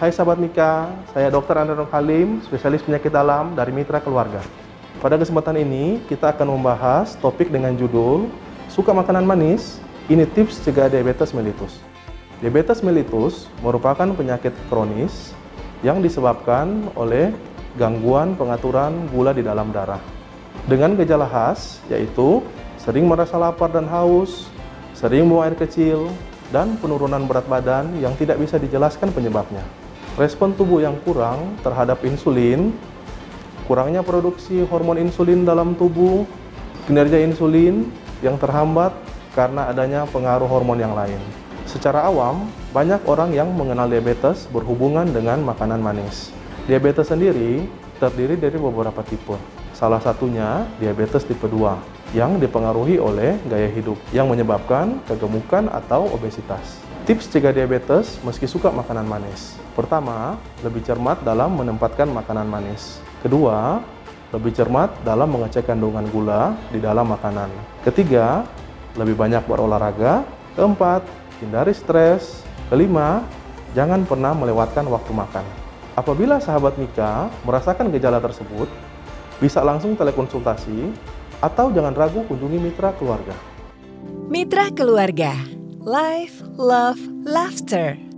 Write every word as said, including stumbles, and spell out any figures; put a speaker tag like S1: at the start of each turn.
S1: Hai sahabat Mika, saya dokter Andre Nur Halim, spesialis penyakit dalam dari Mitra Keluarga. Pada kesempatan ini, kita akan membahas topik dengan judul Suka makanan manis, ini tips cegah diabetes mellitus. Diabetes mellitus merupakan penyakit kronis yang disebabkan oleh gangguan pengaturan gula di dalam darah. Dengan gejala khas, yaitu sering merasa lapar dan haus, sering buang air kecil, dan penurunan berat badan yang tidak bisa dijelaskan penyebabnya. Respon tubuh yang kurang terhadap insulin, kurangnya produksi hormon insulin dalam tubuh, kinerja insulin yang terhambat karena adanya pengaruh hormon yang lain. Secara awam, banyak orang yang mengenal diabetes berhubungan dengan makanan manis. Diabetes sendiri terdiri dari beberapa tipe. Salah satunya diabetes tipe dua yang dipengaruhi oleh gaya hidup yang menyebabkan kegemukan atau obesitas. Tips cegah diabetes meski suka makanan manis. Pertama, lebih cermat dalam menempatkan makanan manis. Kedua, lebih cermat dalam mengecek kandungan gula di dalam makanan. Ketiga, lebih banyak berolahraga. Keempat, hindari stres. Kelima, jangan pernah melewatkan waktu makan. Apabila sahabat Mika merasakan gejala tersebut, bisa langsung telekonsultasi atau jangan ragu kunjungi Mitra Keluarga.
S2: Mitra Keluarga, Life, Love, Laughter.